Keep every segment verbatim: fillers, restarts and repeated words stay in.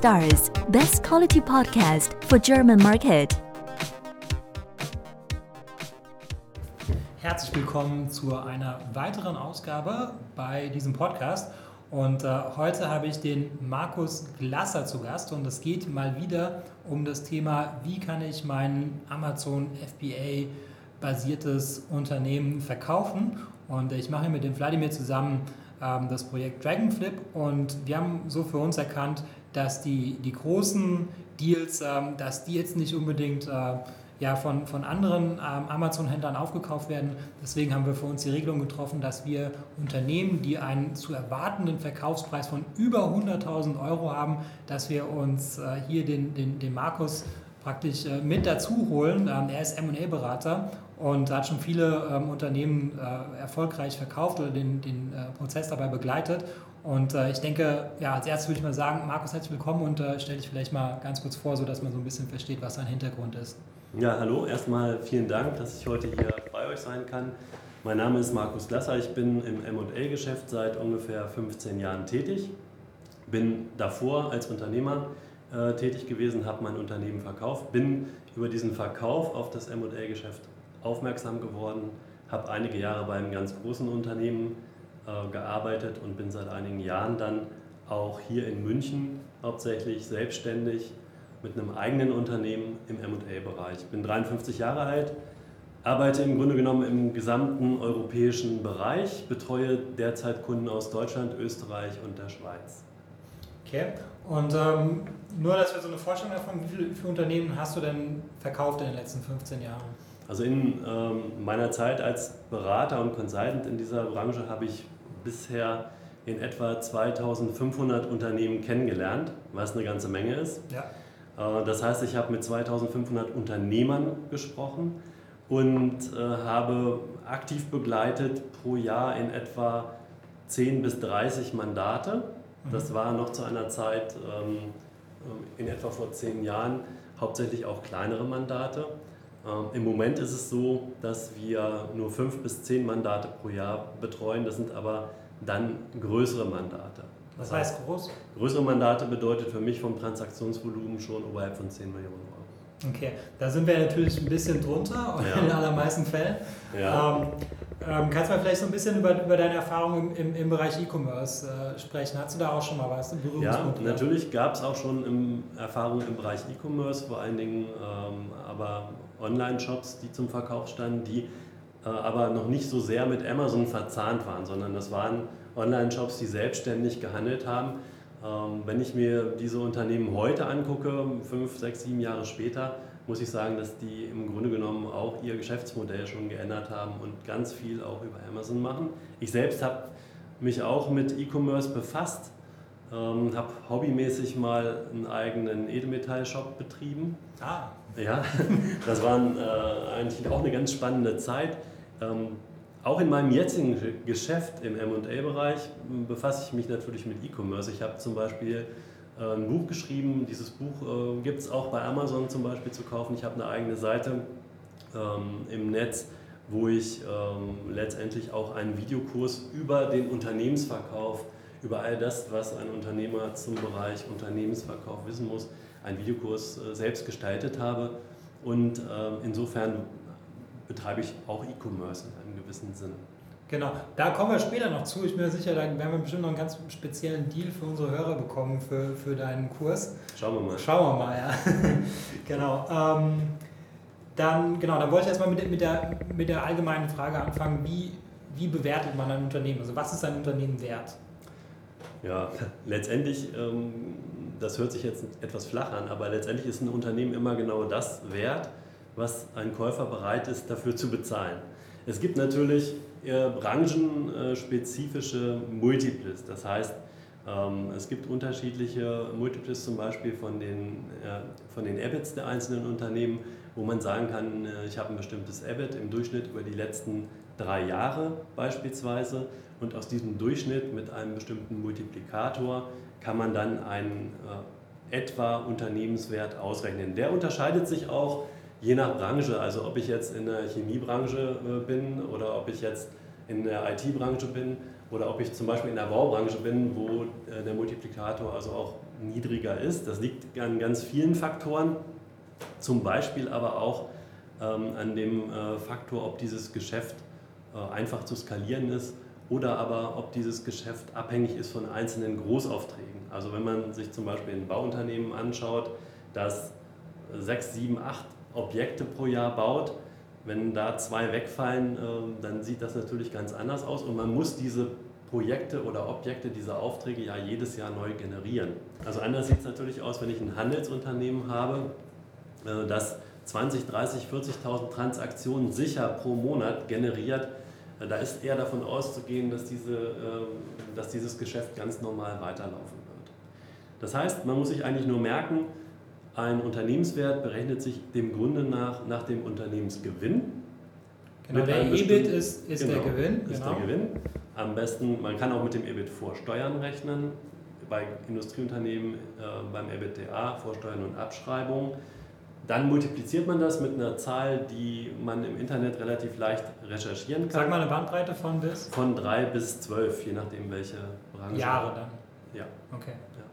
Stars, best quality podcast for German market. Herzlich willkommen zu einer weiteren Ausgabe bei diesem Podcast. Und äh, heute habe ich den Markus Glasser zu Gast und es geht mal wieder um das Thema, wie kann ich mein Amazon F B A-basiertes Unternehmen verkaufen. Und ich mache mit dem Wladimir zusammen ähm, das Projekt Dragonflip und wir haben so für uns erkannt, dass die, die großen Deals, ähm, dass die jetzt nicht unbedingt äh, ja, von, von anderen ähm, Amazon-Händlern aufgekauft werden. Deswegen haben wir für uns die Regelung getroffen, dass wir Unternehmen, die einen zu erwartenden Verkaufspreis von über hunderttausend Euro haben, dass wir uns äh, hier den, den, den Markus praktisch äh, mit dazu holen. Ähm, er ist M und A-Berater und hat schon viele ähm, Unternehmen äh, erfolgreich verkauft oder den, den äh, Prozess dabei begleitet. Und äh, ich denke, ja, als erstes würde ich mal sagen, Markus, herzlich willkommen und äh, stell dich vielleicht mal ganz kurz vor, sodass man so ein bisschen versteht, was dein Hintergrund ist. Ja, hallo, erstmal vielen Dank, dass ich heute hier bei euch sein kann. Mein Name ist Markus Glasser, ich bin im M und A-Geschäft seit ungefähr fünfzehn Jahren tätig. Bin davor als Unternehmer äh, tätig gewesen, habe mein Unternehmen verkauft, bin über diesen Verkauf auf das M und A-Geschäft aufmerksam geworden, habe einige Jahre bei einem ganz großen Unternehmen äh, gearbeitet und bin seit einigen Jahren dann auch hier in München hauptsächlich selbstständig mit einem eigenen Unternehmen im M und A-Bereich. Ich bin dreiundfünfzig Jahre alt, arbeite im Grunde genommen im gesamten europäischen Bereich, betreue derzeit Kunden aus Deutschland, Österreich und der Schweiz. Okay, und ähm, nur, dass wir so eine Vorstellung davon, wie viele, wie viele Unternehmen hast du denn verkauft in den letzten fünfzehn Jahren? Also in ähm, meiner Zeit als Berater und Consultant in dieser Branche habe ich bisher in etwa zweitausendfünfhundert Unternehmen kennengelernt, was eine ganze Menge ist. Ja. Das heißt, ich habe mit zweitausendfünfhundert Unternehmern gesprochen und äh, habe aktiv begleitet pro Jahr in etwa zehn bis dreißig Mandate. Das war noch zu einer Zeit, ähm, in etwa vor zehn Jahren, hauptsächlich auch kleinere Mandate. Ähm, Im Moment ist es so, dass wir nur fünf bis zehn Mandate pro Jahr betreuen. Das sind aber dann größere Mandate. Was heißt groß? Größere Mandate bedeutet für mich vom Transaktionsvolumen schon oberhalb von zehn Millionen Euro. Okay, da sind wir natürlich ein bisschen drunter, ja. In den allermeisten Fällen. Ja. Ähm, ähm, kannst du mal vielleicht so ein bisschen über, über deine Erfahrungen im, im, im Bereich E-Commerce äh, sprechen? Hast du da auch schon mal was? Ja, natürlich gab es auch schon im, Erfahrungen im Bereich E-Commerce, vor allen Dingen ähm, aber Online-Shops, die zum Verkauf standen, die äh, aber noch nicht so sehr mit Amazon verzahnt waren, sondern das waren Online-Shops, die selbstständig gehandelt haben. Ähm, wenn ich mir diese Unternehmen heute angucke, fünf, sechs, sieben Jahre später, muss ich sagen, dass die im Grunde genommen auch ihr Geschäftsmodell schon geändert haben und ganz viel auch über Amazon machen. Ich selbst habe mich auch mit E-Commerce befasst, ähm, habe hobbymäßig mal einen eigenen Edelmetall-Shop betrieben. Ah. Ja, das war äh, eigentlich auch eine ganz spannende Zeit. Ähm, Auch in meinem jetzigen Geschäft im M und A-Bereich befasse ich mich natürlich mit E-Commerce. Ich habe zum Beispiel ein Buch geschrieben, dieses Buch gibt es auch bei Amazon zum Beispiel zu kaufen. Ich habe eine eigene Seite ähm, im Netz, wo ich ähm, letztendlich auch einen Videokurs über den Unternehmensverkauf, über all das, was ein Unternehmer zum Bereich Unternehmensverkauf wissen muss, einen Videokurs äh, selbst gestaltet habe. Und äh, insofern betreibe ich auch E-Commerce in einem gewissen Sinne. Genau, da kommen wir später noch zu. Ich bin mir sicher, da werden wir bestimmt noch einen ganz speziellen Deal für unsere Hörer bekommen für, für deinen Kurs. Schauen wir mal. Schauen wir mal, ja. Genau. Ähm, dann, genau, dann wollte ich erstmal mit, mit, der, mit der allgemeinen Frage anfangen, wie, wie bewertet man ein Unternehmen? Also was ist ein Unternehmen wert? Ja, letztendlich, ähm, das hört sich jetzt etwas flach an, aber letztendlich ist ein Unternehmen immer genau das wert, was ein Käufer bereit ist, dafür zu bezahlen. Es gibt natürlich eher branchenspezifische Multiples, das heißt, ähm, es gibt unterschiedliche Multiples zum Beispiel von den, äh, von den E B I Ts der einzelnen Unternehmen, wo man sagen kann, äh, ich habe ein bestimmtes E B I T im Durchschnitt über die letzten drei Jahre beispielsweise und aus diesem Durchschnitt mit einem bestimmten Multiplikator kann man dann einen äh, etwa Unternehmenswert ausrechnen. Der unterscheidet sich auch je nach Branche, also ob ich jetzt in der Chemiebranche äh, bin oder ob ich jetzt in der I T-Branche bin oder ob ich zum Beispiel in der Baubranche bin, wo der Multiplikator also auch niedriger ist. Das liegt an ganz vielen Faktoren, zum Beispiel aber auch ähm, an dem äh, Faktor, ob dieses Geschäft äh, einfach zu skalieren ist oder aber ob dieses Geschäft abhängig ist von einzelnen Großaufträgen. Also wenn man sich zum Beispiel ein Bauunternehmen anschaut, das sechs, sieben, acht Objekte pro Jahr baut, wenn da zwei wegfallen, dann sieht das natürlich ganz anders aus und man muss diese Projekte oder Objekte, diese Aufträge ja jedes Jahr neu generieren. Also anders sieht es natürlich aus, wenn ich ein Handelsunternehmen habe, das zwanzig, dreißig, vierzigtausend Transaktionen sicher pro Monat generiert. Da ist eher davon auszugehen, dass, diese, dass dieses Geschäft ganz normal weiterlaufen wird. Das heißt, man muss sich eigentlich nur merken, ein Unternehmenswert berechnet sich dem Grunde nach nach dem Unternehmensgewinn. Genau, der E B I T ist, ist genau, der Gewinn. Ist genau. der Gewinn. Am besten, man kann auch mit dem E B I T vor Steuern rechnen, bei Industrieunternehmen äh, beim E B I T D A, vor Steuern und Abschreibungen. Dann multipliziert man das mit einer Zahl, die man im Internet relativ leicht recherchieren kann. Sag mal eine Bandbreite von bis? Von drei bis zwölf, je nachdem welche Branche. Jahre dann? Ja. Okay. Ja.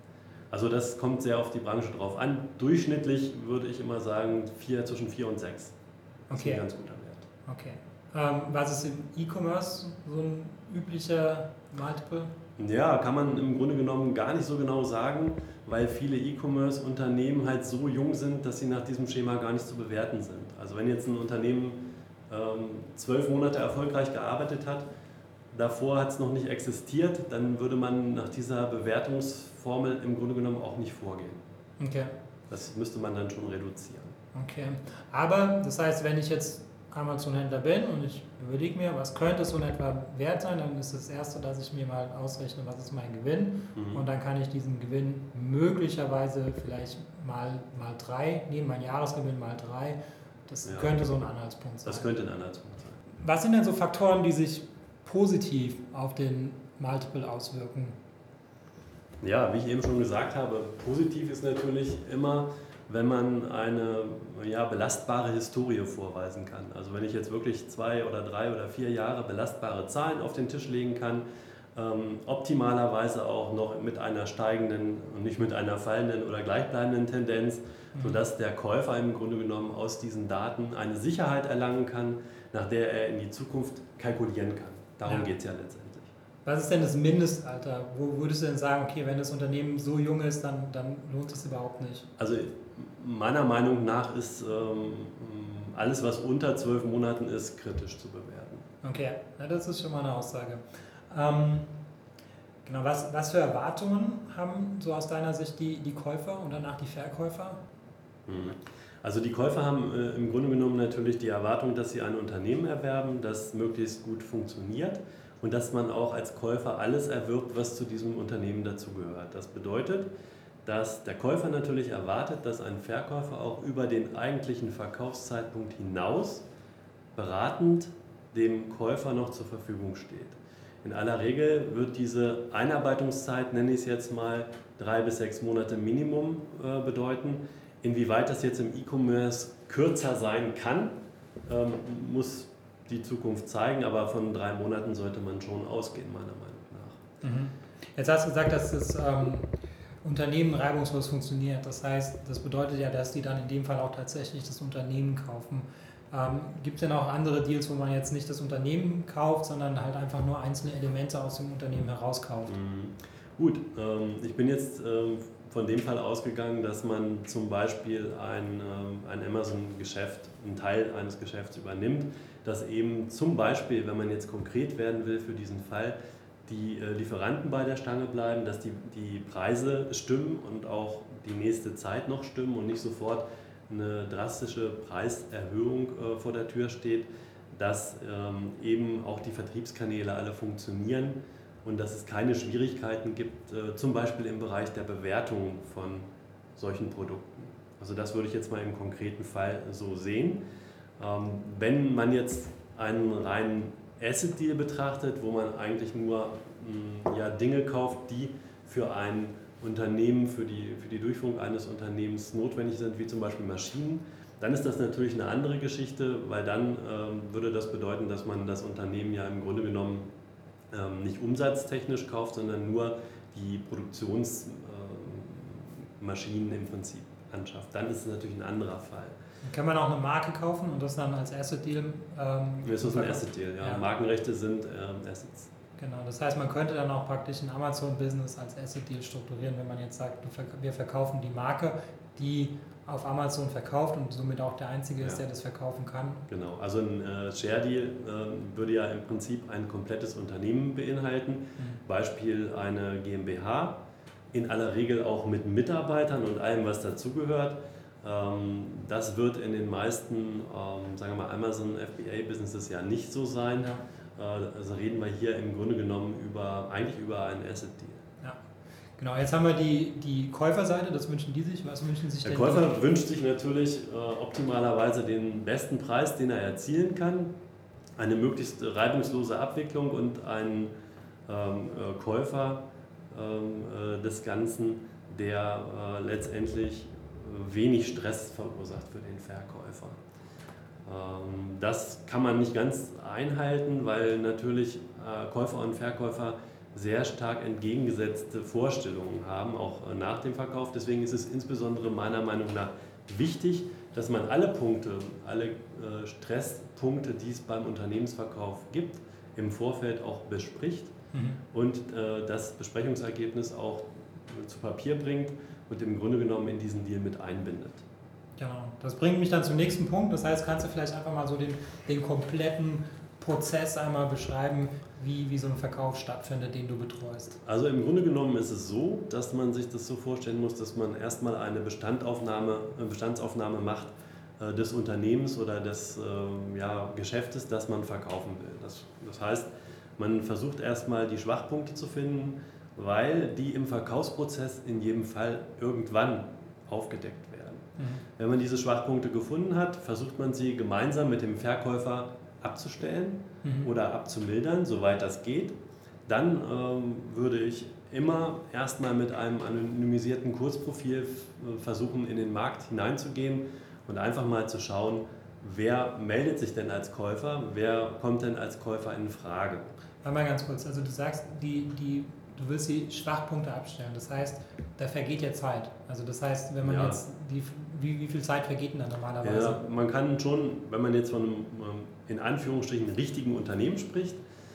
Also das kommt sehr auf die Branche drauf an. Durchschnittlich würde ich immer sagen, vier, zwischen vier und sechs. Das Okay. ist ein ganz guter Wert. Okay. Ähm, was ist im E-Commerce so ein üblicher Multiple? Ja, kann man im Grunde genommen gar nicht so genau sagen, weil viele E-Commerce-Unternehmen halt so jung sind, dass sie nach diesem Schema gar nicht zu bewerten sind. Also wenn jetzt ein Unternehmen ähm, zwölf Monate erfolgreich gearbeitet hat, davor hat es noch nicht existiert, dann würde man nach dieser Bewertungsformel im Grunde genommen auch nicht vorgehen. Okay. Das müsste man dann schon reduzieren. Okay. Aber das heißt, wenn ich jetzt Amazon-Händler bin und ich überlege mir, was könnte so in etwa wert sein, dann ist das Erste, dass ich mir mal ausrechne, was ist mein Gewinn, Mhm. und dann kann ich diesen Gewinn möglicherweise vielleicht mal, mal drei nehmen, mein Jahresgewinn mal drei. Das Ja. könnte so ein Anhaltspunkt sein. Das könnte ein Anhaltspunkt sein. Was sind denn so Faktoren, die sich positiv auf den Multiple auswirken? Ja, wie ich eben schon gesagt habe, positiv ist natürlich immer, wenn man eine ja, belastbare Historie vorweisen kann. Also wenn ich jetzt wirklich zwei oder drei oder vier Jahre belastbare Zahlen auf den Tisch legen kann, ähm, optimalerweise auch noch mit einer steigenden und nicht mit einer fallenden oder gleichbleibenden Tendenz, Mhm. sodass der Käufer im Grunde genommen aus diesen Daten eine Sicherheit erlangen kann, nach der er in die Zukunft kalkulieren kann. Darum Ja. geht es ja letztendlich. Was ist denn das Mindestalter? Wo würdest du denn sagen, okay, wenn das Unternehmen so jung ist, dann, dann lohnt es überhaupt nicht? Also meiner Meinung nach ist ähm, alles, was unter zwölf Monaten ist, kritisch zu bewerten. Okay, na, das ist schon mal eine Aussage. Ähm, genau, was, was für Erwartungen haben so aus deiner Sicht die, die Käufer und danach die Verkäufer? Mhm. Also die Käufer haben äh, im Grunde genommen natürlich die Erwartung, dass sie ein Unternehmen erwerben, das möglichst gut funktioniert und dass man auch als Käufer alles erwirbt, was zu diesem Unternehmen dazugehört. Das bedeutet, dass der Käufer natürlich erwartet, dass ein Verkäufer auch über den eigentlichen Verkaufszeitpunkt hinaus beratend dem Käufer noch zur Verfügung steht. In aller Regel wird diese Einarbeitungszeit, nenne ich es jetzt mal, drei bis sechs Monate Minimum äh, bedeuten. Inwieweit das jetzt im E-Commerce kürzer sein kann, ähm, muss die Zukunft zeigen, aber von drei Monaten sollte man schon ausgehen, meiner Meinung nach. Mhm. Jetzt hast du gesagt, dass das ähm, Unternehmen reibungslos funktioniert. Das heißt, das bedeutet ja, dass die dann in dem Fall auch tatsächlich das Unternehmen kaufen. Ähm, gibt es denn auch andere Deals, wo man jetzt nicht das Unternehmen kauft, sondern halt einfach nur einzelne Elemente aus dem Unternehmen herauskauft? Mhm. Gut, ähm, ich bin jetzt ähm, von dem Fall ausgegangen, dass man zum Beispiel ein, ähm, ein Amazon-Geschäft, einen Teil eines Geschäfts übernimmt, dass eben zum Beispiel, wenn man jetzt konkret werden will für diesen Fall, die äh, Lieferanten bei der Stange bleiben, dass die, die Preise stimmen und auch die nächste Zeit noch stimmen und nicht sofort eine drastische Preiserhöhung äh, vor der Tür steht, dass ähm, eben auch die Vertriebskanäle alle funktionieren und dass es keine Schwierigkeiten gibt, äh, zum Beispiel im Bereich der Bewertung von solchen Produkten. Also das würde ich jetzt mal im konkreten Fall so sehen. Ähm, wenn man jetzt einen reinen Asset-Deal betrachtet, wo man eigentlich nur mh, ja, Dinge kauft, die für ein Unternehmen, für die, für die Durchführung eines Unternehmens notwendig sind, wie zum Beispiel Maschinen, dann ist das natürlich eine andere Geschichte, weil dann ähm, würde das bedeuten, dass man das Unternehmen ja im Grunde genommen ähm, nicht umsatztechnisch kauft, sondern nur die Produktionsmaschinen ähm, im Prinzip anschafft. Dann ist es natürlich ein anderer Fall. Kann man auch eine Marke kaufen und das dann als Asset Deal? Ähm, das ist ein Asset Deal, ja. ja. Markenrechte sind ähm, Assets. Genau, das heißt, man könnte dann auch praktisch ein Amazon-Business als Asset Deal strukturieren, wenn man jetzt sagt, wir verkaufen die Marke, die auf Amazon verkauft und somit auch der Einzige ist, ja. der das verkaufen kann. Genau, also ein äh, Share Deal äh, würde ja im Prinzip ein komplettes Unternehmen beinhalten, mhm. Beispiel eine GmbH, in aller Regel auch mit Mitarbeitern und allem, was dazugehört. Ähm, das wird in den meisten, ähm, sagen wir mal, Amazon F B A-Businesses ja nicht so sein. Ja. Also reden wir hier im Grunde genommen über, eigentlich über einen Asset Deal. Ja, genau. Jetzt haben wir die, die Käuferseite, das wünschen die sich. Was wünschen sich Der denn? Käufer die? wünscht sich natürlich äh, optimalerweise den besten Preis, den er erzielen kann, eine möglichst reibungslose Abwicklung und einen ähm, äh, Käufer ähm, äh, des Ganzen, der äh, letztendlich wenig Stress verursacht für den Verkäufer. Das kann man nicht ganz einhalten, weil natürlich Käufer und Verkäufer sehr stark entgegengesetzte Vorstellungen haben, auch nach dem Verkauf. Deswegen ist es insbesondere meiner Meinung nach wichtig, dass man alle Punkte, alle Stresspunkte, die es beim Unternehmensverkauf gibt, im Vorfeld auch bespricht mhm. und das Besprechungsergebnis auch zu Papier bringt und im Grunde genommen in diesen Deal mit einbindet. Genau, das bringt mich dann zum nächsten Punkt. Das heißt, kannst du vielleicht einfach mal so den, den kompletten Prozess einmal beschreiben, wie, wie so ein Verkauf stattfindet, den du betreust? Also im Grunde genommen ist es so, dass man sich das so vorstellen muss, dass man erstmal eine Bestandaufnahme, Bestandsaufnahme macht äh, des Unternehmens oder des äh, ja, Geschäftes, das man verkaufen will. Das, das heißt, man versucht erstmal die Schwachpunkte zu finden, weil die im Verkaufsprozess in jedem Fall irgendwann aufgedeckt werden. Wenn man diese Schwachpunkte gefunden hat, versucht man sie gemeinsam mit dem Verkäufer abzustellen mhm. oder abzumildern, soweit das geht. Dann ähm, würde ich immer erstmal mit einem anonymisierten Kurzprofil versuchen, in den Markt hineinzugehen und einfach mal zu schauen, wer meldet sich denn als Käufer, wer kommt denn als Käufer in Frage. Mal ganz kurz, also du sagst, die, die du willst die Schwachpunkte abstellen. Das heißt, da vergeht ja Zeit. Also das heißt, wenn man ja. jetzt die, wie, wie viel Zeit vergeht denn da normalerweise? Ja, man kann schon, wenn man jetzt von einem in Anführungsstrichen richtigen Unternehmen spricht,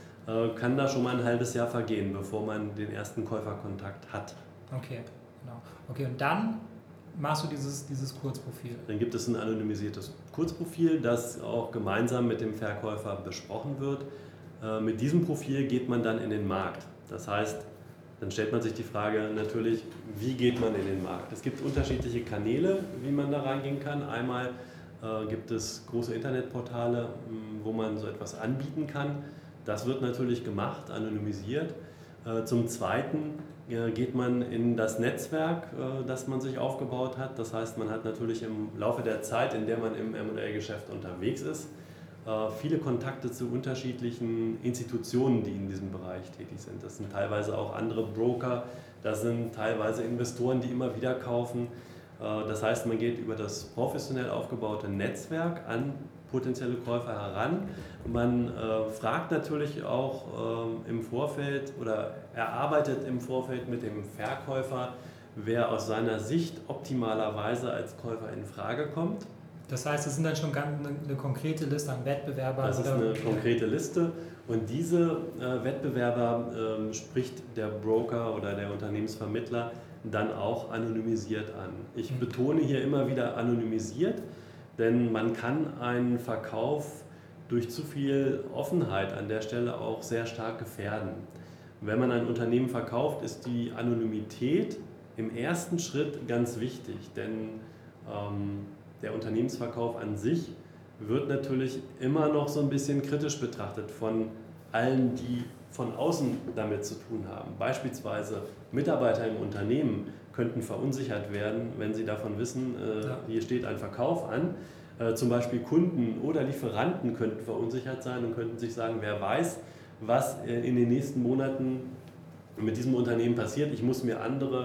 kann da schon mal ein halbes Jahr vergehen, bevor man den ersten Käuferkontakt hat. Okay, genau. Okay, und dann machst du dieses, dieses Kurzprofil. Dann gibt es ein anonymisiertes Kurzprofil, das auch gemeinsam mit dem Verkäufer besprochen wird. Mit diesem Profil geht man dann in den Markt. Das heißt, dann stellt man sich die Frage natürlich, wie geht man in den Markt? Es gibt unterschiedliche Kanäle, wie man da reingehen kann. Einmal äh, gibt es große Internetportale, wo man so etwas anbieten kann. Das wird natürlich gemacht, anonymisiert. Äh, zum Zweiten äh, geht man in das Netzwerk, äh, das man sich aufgebaut hat. Das heißt, man hat natürlich im Laufe der Zeit, in der man im M und A-Geschäft unterwegs ist, viele Kontakte zu unterschiedlichen Institutionen, die in diesem Bereich tätig sind. Das sind teilweise auch andere Broker, das sind teilweise Investoren, die immer wieder kaufen. Das heißt, man geht über das professionell aufgebaute Netzwerk an potenzielle Käufer heran. Man äh, fragt natürlich auch äh, im Vorfeld oder erarbeitet im Vorfeld mit dem Verkäufer, wer aus seiner Sicht optimalerweise als Käufer in Frage kommt. Das heißt, es sind dann schon ganz eine, eine konkrete Liste an Wettbewerbern? Das ist eine konkrete Liste und diese äh, Wettbewerber äh, spricht der Broker oder der Unternehmensvermittler dann auch anonymisiert an. Ich mhm. betone hier immer wieder anonymisiert, denn man kann einen Verkauf durch zu viel Offenheit an der Stelle auch sehr stark gefährden. Wenn man ein Unternehmen verkauft, ist die Anonymität im ersten Schritt ganz wichtig, denn ähm, der Unternehmensverkauf an sich wird natürlich immer noch so ein bisschen kritisch betrachtet von allen, die von außen damit zu tun haben. Beispielsweise Mitarbeiter im Unternehmen könnten verunsichert werden, wenn sie davon wissen, äh, ja. hier steht ein Verkauf an. Äh, zum Beispiel Kunden oder Lieferanten könnten verunsichert sein und könnten sich sagen, wer weiß, was äh, in den nächsten Monaten mit diesem Unternehmen passiert. Ich muss mir andere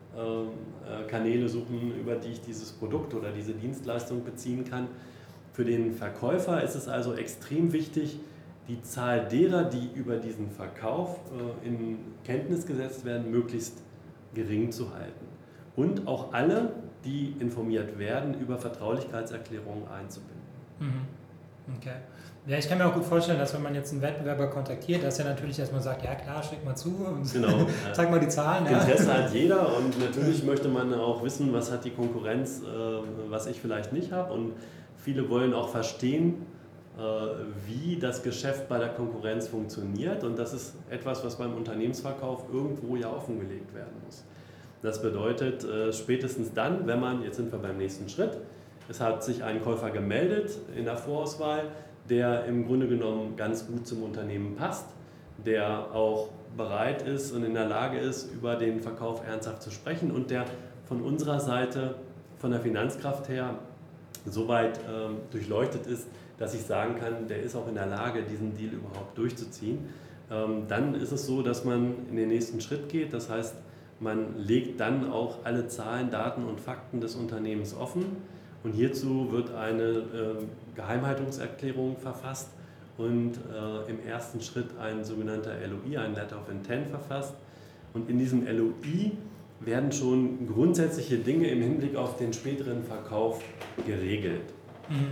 äh, Kanäle suchen, über die ich dieses Produkt oder diese Dienstleistung beziehen kann. Für den Verkäufer ist es also extrem wichtig, die Zahl derer, die über diesen Verkauf äh, in Kenntnis gesetzt werden, möglichst gering zu halten. Und auch alle, die informiert werden, über Vertraulichkeitserklärungen einzubinden. Mhm. Okay. Ja, ich kann mir auch gut vorstellen, dass wenn man jetzt einen Wettbewerber kontaktiert, dass er natürlich erstmal sagt, ja klar, schick mal zu und genau. sag mal die Zahlen. Ja. Interesse hat jeder und natürlich möchte man auch wissen, was hat die Konkurrenz, äh, was ich vielleicht nicht habe. Und viele wollen auch verstehen, äh, wie das Geschäft bei der Konkurrenz funktioniert. Und das ist etwas, was beim Unternehmensverkauf irgendwo ja offengelegt werden muss. Das bedeutet, äh, spätestens dann, wenn man, jetzt sind wir beim nächsten Schritt, es hat sich ein Käufer gemeldet in der Vorauswahl, der im Grunde genommen ganz gut zum Unternehmen passt, der auch bereit ist und in der Lage ist, über den Verkauf ernsthaft zu sprechen und der von unserer Seite, von der Finanzkraft her, soweit ähm, durchleuchtet ist, dass ich sagen kann, der ist auch in der Lage, diesen Deal überhaupt durchzuziehen. Ähm, dann ist es so, dass man in den nächsten Schritt geht, das heißt, man legt dann auch alle Zahlen, Daten und Fakten des Unternehmens offen. Und hierzu wird eine äh, Geheimhaltungserklärung verfasst und äh, im ersten Schritt ein sogenannter L O I, ein Letter of Intent verfasst. Und in diesem L O I werden schon grundsätzliche Dinge im Hinblick auf den späteren Verkauf geregelt. Mhm.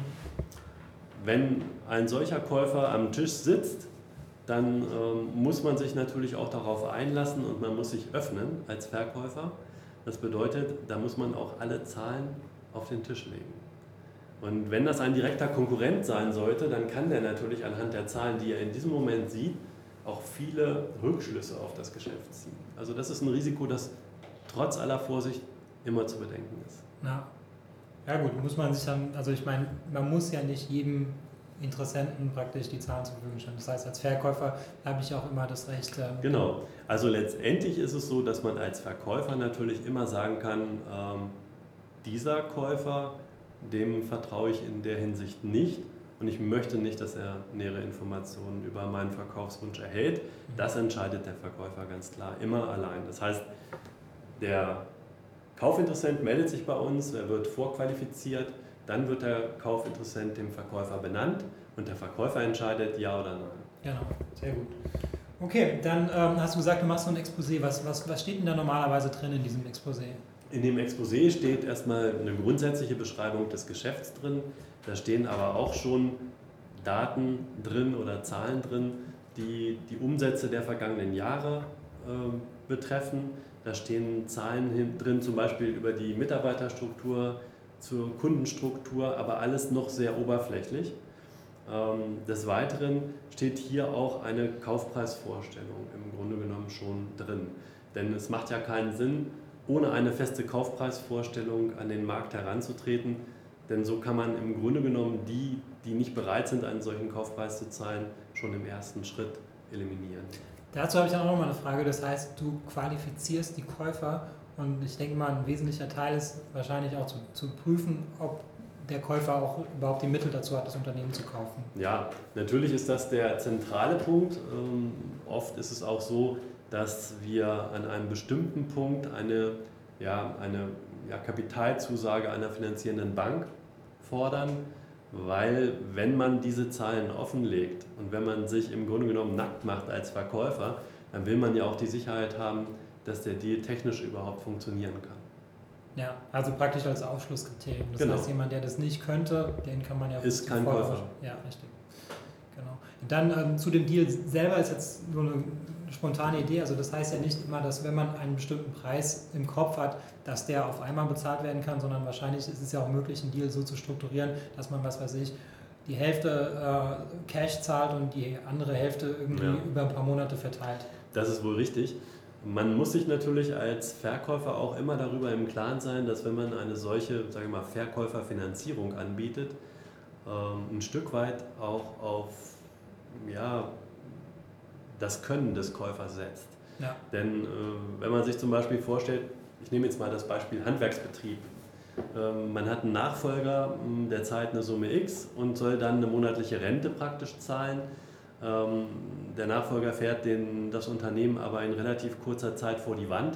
Wenn ein solcher Käufer am Tisch sitzt, dann ähm, muss man sich natürlich auch darauf einlassen und man muss sich öffnen als Verkäufer. Das bedeutet, da muss man auch alle Zahlen auf den Tisch legen. Und wenn das ein direkter Konkurrent sein sollte, dann kann der natürlich anhand der Zahlen, die er in diesem Moment sieht, auch viele Rückschlüsse auf das Geschäft ziehen. Also das ist ein Risiko, das trotz aller Vorsicht immer zu bedenken ist. Ja, ja gut, muss man sich dann, also ich meine, man muss ja nicht jedem Interessenten praktisch die Zahlen zur Verfügung stellen. Das heißt, als Verkäufer habe ich auch immer das Recht. Ähm genau, also letztendlich ist es so, dass man als Verkäufer natürlich immer sagen kann, ähm, dieser Käufer, dem vertraue ich in der Hinsicht nicht und ich möchte nicht, dass er nähere Informationen über meinen Verkaufswunsch erhält. Das entscheidet der Verkäufer ganz klar immer allein. Das heißt, der Kaufinteressent meldet sich bei uns, er wird vorqualifiziert, dann wird der Kaufinteressent dem Verkäufer benannt und der Verkäufer entscheidet ja oder nein. Genau, sehr gut. Okay, dann ähm, hast du gesagt, du machst so ein Exposé. Was, was, was steht denn da normalerweise drin in diesem Exposé? In dem Exposé steht erstmal eine grundsätzliche Beschreibung des Geschäfts drin. Da stehen aber auch schon Daten drin oder Zahlen drin, die die Umsätze der vergangenen Jahre äh, betreffen. Da stehen Zahlen hin, drin, zum Beispiel über die Mitarbeiterstruktur, zur Kundenstruktur, aber alles noch sehr oberflächlich. Ähm, des Weiteren steht hier auch eine Kaufpreisvorstellung im Grunde genommen schon drin. Denn es macht ja keinen Sinn, ohne eine feste Kaufpreisvorstellung an den Markt heranzutreten, denn so kann man im Grunde genommen die, die nicht bereit sind, einen solchen Kaufpreis zu zahlen, schon im ersten Schritt eliminieren. Dazu habe ich dann auch noch mal eine Frage, das heißt, du qualifizierst die Käufer und ich denke mal, ein wesentlicher Teil ist wahrscheinlich auch zu, zu prüfen, ob der Käufer auch überhaupt die Mittel dazu hat, das Unternehmen zu kaufen. Ja, natürlich ist das der zentrale Punkt. Ähm, oft ist es auch so, dass wir an einem bestimmten Punkt eine, ja, eine ja, Kapitalzusage einer finanzierenden Bank fordern, weil wenn man diese Zahlen offenlegt und wenn man sich im Grunde genommen nackt macht als Verkäufer, dann will man ja auch die Sicherheit haben, dass der Deal technisch überhaupt funktionieren kann. Ja, also praktisch als Ausschlusskriterium. Das genau. heißt, jemand, der das nicht könnte, den kann man ja... Ist kein Käufer. Ja, richtig. Genau. Und dann ähm, zu dem Deal selber ist jetzt nur eine spontane Idee. Also das heißt ja nicht immer, dass wenn man einen bestimmten Preis im Kopf hat, dass der auf einmal bezahlt werden kann, sondern wahrscheinlich ist es ja auch möglich, einen Deal so zu strukturieren, dass man, was weiß ich, die Hälfte äh, Cash zahlt und die andere Hälfte irgendwie ja. über ein paar Monate verteilt. Das ist wohl richtig. Man muss sich natürlich als Verkäufer auch immer darüber im Klaren sein, dass wenn man eine solche, sage ich mal, Verkäuferfinanzierung anbietet, ähm, ein Stück weit auch auf ja, das Können des Käufers setzt. Ja. Denn äh, wenn man sich zum Beispiel vorstellt, ich nehme jetzt mal das Beispiel Handwerksbetrieb. Ähm, man hat einen Nachfolger, der zahlt eine Summe X und soll dann eine monatliche Rente praktisch zahlen. Ähm, der Nachfolger fährt den, das Unternehmen aber in relativ kurzer Zeit vor die Wand.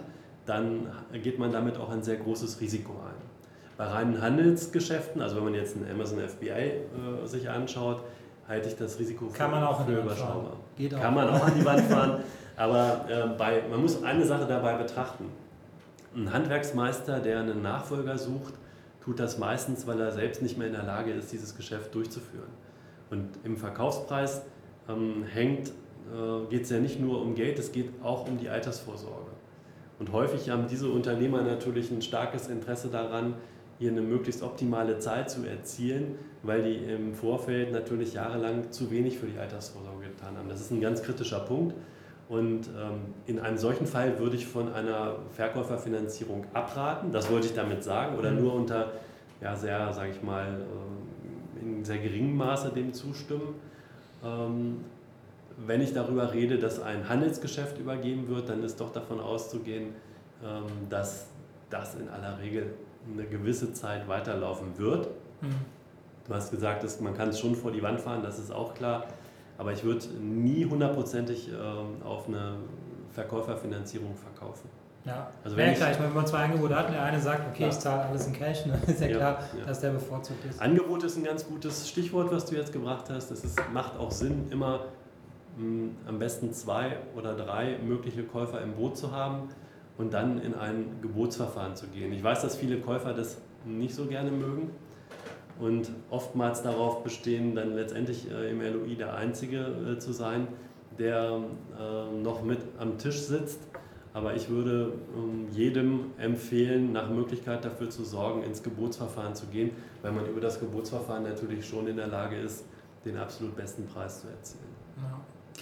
dann geht man damit auch ein sehr großes Risiko ein. Bei reinen Handelsgeschäften, also wenn man jetzt ein Amazon F B A äh, sich anschaut, halte ich das Risiko für, Kann man auch für an die Wand überschaubar. fahren. Geht auch. Kann man auch an die Wand fahren, aber äh, bei, man muss eine Sache dabei betrachten. Ein Handwerksmeister, der einen Nachfolger sucht, tut das meistens, weil er selbst nicht mehr in der Lage ist, dieses Geschäft durchzuführen. Und im Verkaufspreis ähm, hängt, äh, geht es ja nicht nur um Geld, es geht auch um die Altersvorsorge. Und häufig haben diese Unternehmer natürlich ein starkes Interesse daran, hier eine möglichst optimale Zeit zu erzielen, weil die im Vorfeld natürlich jahrelang zu wenig für die Altersvorsorge getan haben. Das ist ein ganz kritischer Punkt. Und ähm, in einem solchen Fall würde ich von einer Verkäuferfinanzierung abraten, das wollte ich damit sagen, oder nur unter ja, sehr, sage ich mal, äh, in sehr geringem Maße dem zustimmen. Ähm, wenn ich darüber rede, dass ein Handelsgeschäft übergeben wird, dann ist doch davon auszugehen, ähm, dass das in aller Regel eine gewisse Zeit weiterlaufen wird. Mhm. Du hast gesagt, dass man kann es schon vor die Wand fahren, das ist auch klar. Aber ich würde nie hundertprozentig ähm, auf eine Verkäuferfinanzierung verkaufen. Ja, also wenn wenn, ja, klar, ich meine, wenn man zwei Angebote hat und der eine sagt, okay, klar. ich zahle alles in Cash, dann ist ja, ja klar, ja. dass der bevorzugt ist. Angebot ist ein ganz gutes Stichwort, was du jetzt gebracht hast. Es ist, macht auch Sinn, immer mh, am besten zwei oder drei mögliche Käufer im Boot zu haben und dann in ein Gebotsverfahren zu gehen. Ich weiß, dass viele Käufer das nicht so gerne mögen und oftmals darauf bestehen, dann letztendlich äh, im L O I der Einzige äh, zu sein, der äh, noch mit am Tisch sitzt. Aber ich würde ähm, jedem empfehlen, nach Möglichkeit dafür zu sorgen, ins Gebotsverfahren zu gehen, weil man über das Gebotsverfahren natürlich schon in der Lage ist, den absolut besten Preis zu erzielen. Ja.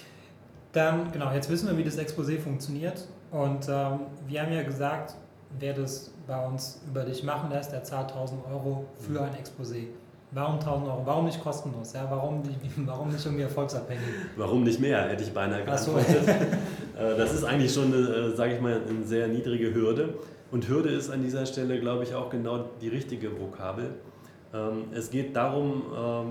Dann, genau, jetzt wissen wir, wie das Exposé funktioniert. Und ähm, wir haben ja gesagt, wer das bei uns über dich machen lässt, der zahlt tausend Euro für ein Exposé. Warum tausend Euro? Warum nicht kostenlos? Ja, warum, nicht, warum nicht irgendwie erfolgsabhängig? Warum nicht mehr, hätte ich beinahe geantwortet. So. Das ist eigentlich schon, eine, sage ich mal, eine sehr niedrige Hürde. Und Hürde ist an dieser Stelle, glaube ich, auch genau die richtige Vokabel. Es geht darum,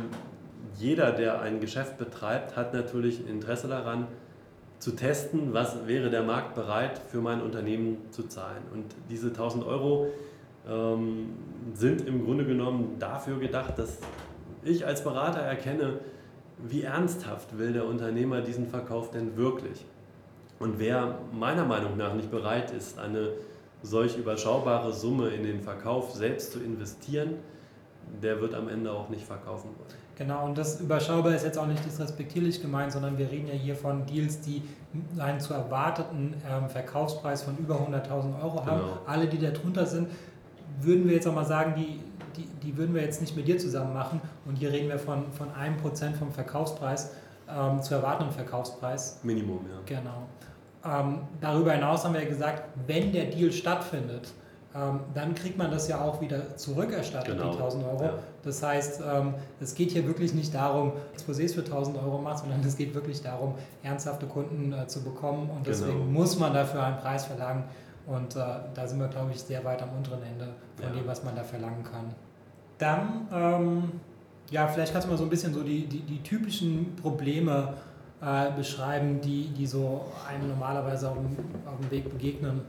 jeder, der ein Geschäft betreibt, hat natürlich Interesse daran, zu testen, was wäre der Markt bereit für mein Unternehmen zu zahlen. Und diese tausend Euro ähm, sind im Grunde genommen dafür gedacht, dass ich als Berater erkenne, wie ernsthaft will der Unternehmer diesen Verkauf denn wirklich. Und wer meiner Meinung nach nicht bereit ist, eine solch überschaubare Summe in den Verkauf selbst zu investieren, der wird am Ende auch nicht verkaufen wollen. Genau, und das überschaubar ist jetzt auch nicht disrespektierlich gemeint, sondern wir reden ja hier von Deals, die einen zu erwarteten ähm, Verkaufspreis von über hunderttausend Euro haben. Genau. Alle, die da drunter sind, würden wir jetzt auch mal sagen, die, die, die würden wir jetzt nicht mit dir zusammen machen. Und hier reden wir von, von einem Prozent vom Verkaufspreis, ähm, zu erwartenden Verkaufspreis. Minimum, ja. Genau. Ähm, darüber hinaus haben wir ja gesagt, wenn der Deal stattfindet, Ähm, dann kriegt man das ja auch wieder zurückerstattet, genau. die tausend Euro. Ja. Das heißt, ähm, es geht hier wirklich nicht darum, Exposés für tausend Euro macht, sondern es geht wirklich darum, ernsthafte Kunden äh, zu bekommen und deswegen genau. muss man dafür einen Preis verlangen und äh, da sind wir, glaube ich, sehr weit am unteren Ende von ja. dem, was man da verlangen kann. Dann, ähm, ja, vielleicht kannst du mal so ein bisschen so die, die, die typischen Probleme äh, beschreiben, die, die so einem normalerweise auf dem, auf dem Weg begegnen.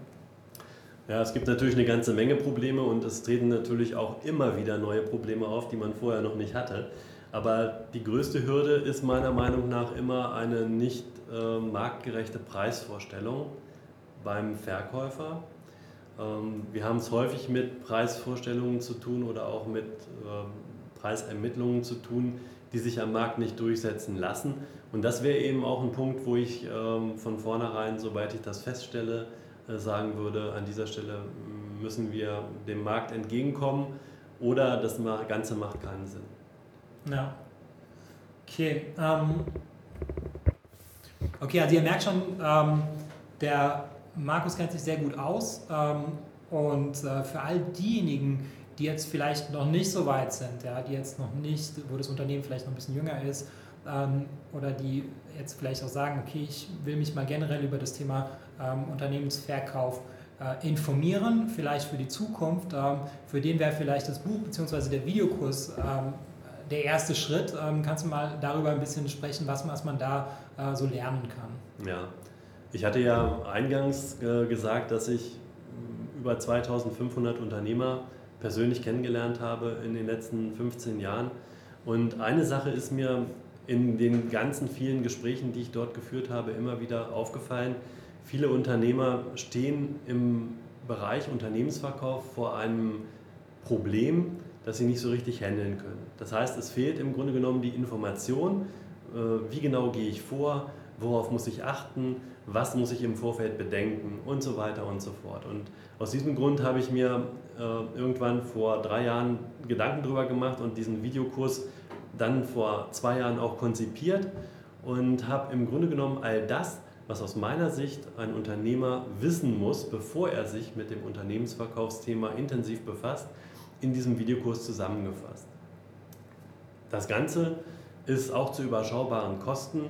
Ja, es gibt natürlich eine ganze Menge Probleme und es treten natürlich auch immer wieder neue Probleme auf, die man vorher noch nicht hatte. Aber die größte Hürde ist meiner Meinung nach immer eine nicht äh, marktgerechte Preisvorstellung beim Verkäufer. Ähm, wir haben es häufig mit Preisvorstellungen zu tun oder auch mit äh, Preisermittlungen zu tun, die sich am Markt nicht durchsetzen lassen. Und das wäre eben auch ein Punkt, wo ich äh, von vornherein, sobald ich das feststelle, sagen würde, an dieser Stelle müssen wir dem Markt entgegenkommen oder das Ganze macht keinen Sinn. Ja. Okay. Ähm, okay, also ihr merkt schon, ähm, der Markus kennt sich sehr gut aus ähm, und äh, für all diejenigen, die jetzt vielleicht noch nicht so weit sind, ja, die jetzt noch nicht, wo das Unternehmen vielleicht noch ein bisschen jünger ist ähm, oder die jetzt vielleicht auch sagen, okay, ich will mich mal generell über das Thema ähm, Unternehmensverkauf äh, informieren, vielleicht für die Zukunft. Ähm, für den wäre vielleicht das Buch bzw. der Videokurs ähm, der erste Schritt. Ähm, kannst du mal darüber ein bisschen sprechen, was, was man da äh, so lernen kann? Ja, ich hatte ja eingangs äh, gesagt, dass ich über zweitausendfünfhundert Unternehmer persönlich kennengelernt habe in den letzten fünfzehn Jahren. Und eine Sache ist mir in den ganzen vielen Gesprächen, die ich dort geführt habe, immer wieder aufgefallen. Viele Unternehmer stehen im Bereich Unternehmensverkauf vor einem Problem, das sie nicht so richtig handeln können. Das heißt, es fehlt im Grunde genommen die Information, wie genau gehe ich vor, worauf muss ich achten, was muss ich im Vorfeld bedenken und so weiter und so fort. Und aus diesem Grund habe ich mir äh, irgendwann vor drei Jahren Gedanken darüber gemacht und diesen Videokurs dann vor zwei Jahren auch konzipiert und habe im Grunde genommen all das, was aus meiner Sicht ein Unternehmer wissen muss, bevor er sich mit dem Unternehmensverkaufsthema intensiv befasst, in diesem Videokurs zusammengefasst. Das Ganze ist auch zu überschaubaren Kosten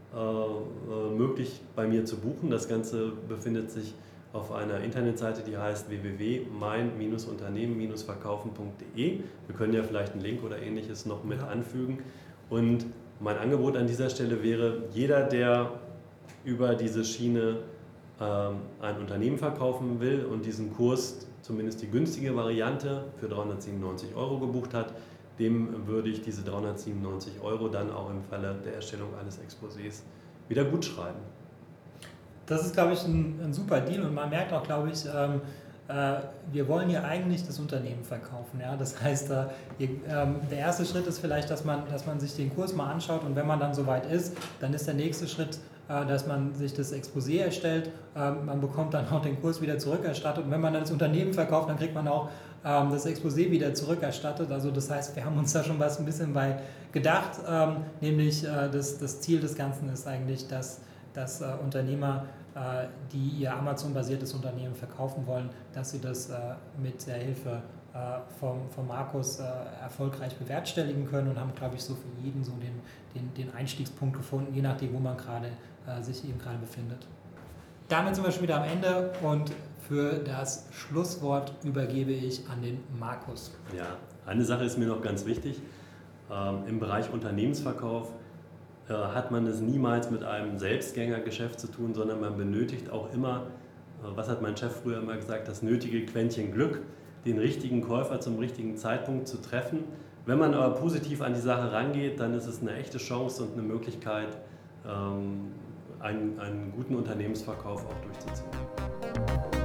äh, möglich bei mir zu buchen. Das Ganze befindet sich auf einer Internetseite, die heißt w w w punkt mein Unternehmen verkaufen punkt de. Wir können ja vielleicht einen Link oder ähnliches noch mit anfügen. Und mein Angebot an dieser Stelle wäre, jeder, der über diese Schiene ähm, ein Unternehmen verkaufen will und diesen Kurs, zumindest die günstige Variante, für dreihundertsiebenundneunzig Euro gebucht hat, dem würde ich diese dreihundertsiebenundneunzig Euro dann auch im Falle der Erstellung eines Exposés wieder gut schreiben. Das ist, glaube ich, ein, ein super Deal und man merkt auch, glaube ich, ähm, äh, wir wollen ja eigentlich das Unternehmen verkaufen. Ja? Das heißt, äh, ihr, ähm, der erste Schritt ist vielleicht, dass man, dass man sich den Kurs mal anschaut und wenn man dann soweit ist, dann ist der nächste Schritt, äh, dass man sich das Exposé erstellt. Äh, man bekommt dann auch den Kurs wieder zurückerstattet und wenn man dann das Unternehmen verkauft, dann kriegt man auch ähm, das Exposé wieder zurückerstattet. Also das heißt, wir haben uns da schon was ein bisschen bei gedacht, ähm, nämlich äh, das, das Ziel des Ganzen ist eigentlich, dass dass äh, Unternehmer, äh, die ihr Amazon-basiertes Unternehmen verkaufen wollen, dass sie das äh, mit der Hilfe äh, vom, vom Markus äh, erfolgreich bewerkstelligen können und haben, glaube ich, so für jeden so den, den, den Einstiegspunkt gefunden, je nachdem, wo man gerade äh, sich eben gerade befindet. Damit sind wir schon wieder am Ende und für das Schlusswort übergebe ich an den Markus. Ja, eine Sache ist mir noch ganz wichtig. Ähm, im Bereich Unternehmensverkauf hat man es niemals mit einem Selbstgängergeschäft zu tun, sondern man benötigt auch immer, was hat mein Chef früher immer gesagt, das nötige Quäntchen Glück, den richtigen Käufer zum richtigen Zeitpunkt zu treffen. Wenn man aber positiv an die Sache rangeht, dann ist es eine echte Chance und eine Möglichkeit, einen, einen guten Unternehmensverkauf auch durchzuziehen.